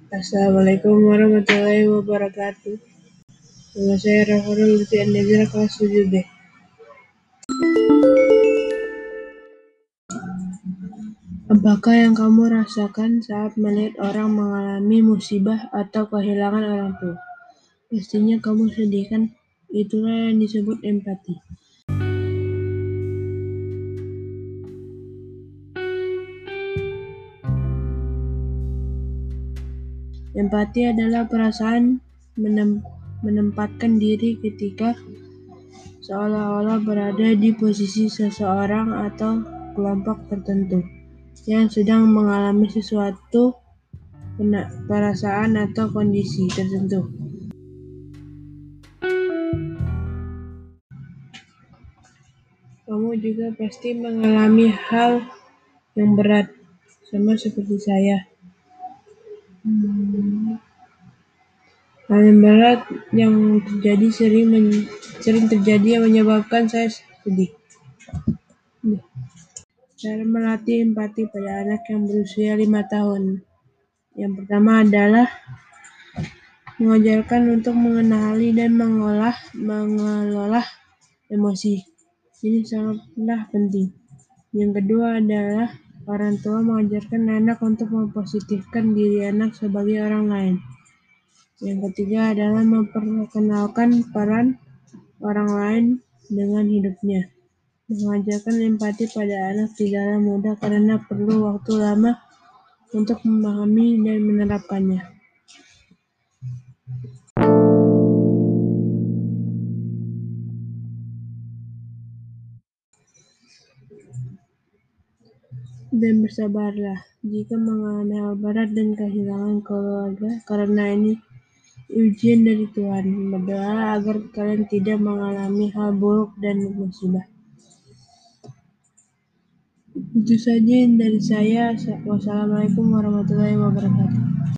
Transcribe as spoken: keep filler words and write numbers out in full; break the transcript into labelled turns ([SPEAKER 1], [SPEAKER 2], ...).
[SPEAKER 1] Assalamualaikum warahmatullahi wabarakatuh. Nama saya Rafael Lutfi Andezira, kelas tujuh B. Apakah yang kamu rasakan saat melihat orang mengalami musibah atau kehilangan orang tua? Pastinya kamu sedih, kan? Itulah yang disebut empati. Empati adalah perasaan menem- menempatkan diri ketika seolah-olah berada di posisi seseorang atau kelompok tertentu yang sedang mengalami sesuatu perasaan atau kondisi tertentu. Kamu juga pasti mengalami hal yang berat, sama seperti saya. Hmm. Hal yang berat yang terjadi sering men- sering terjadi yang menyebabkan saya sedih. Cara melatih empati pada anak yang berusia lima tahun. Yang pertama adalah mengajarkan untuk mengenali dan mengolah mengelola emosi. Ini sangatlah penting. Yang kedua adalah orang tua mengajarkan anak untuk mempositifkan diri anak sebagai orang lain. Yang ketiga adalah memperkenalkan peran orang lain dengan hidupnya. Mengajarkan empati pada anak tidaklah mudah karena perlu waktu lama untuk memahami dan menerapkannya. Dan bersabarlah jika mengalami hal berat dan kehilangan keluarga, karena ini ujian dari Tuhan. Berdoa agar kalian tidak mengalami hal buruk dan musibah. Itu saja dari saya. Wassalamualaikum warahmatullahi wabarakatuh.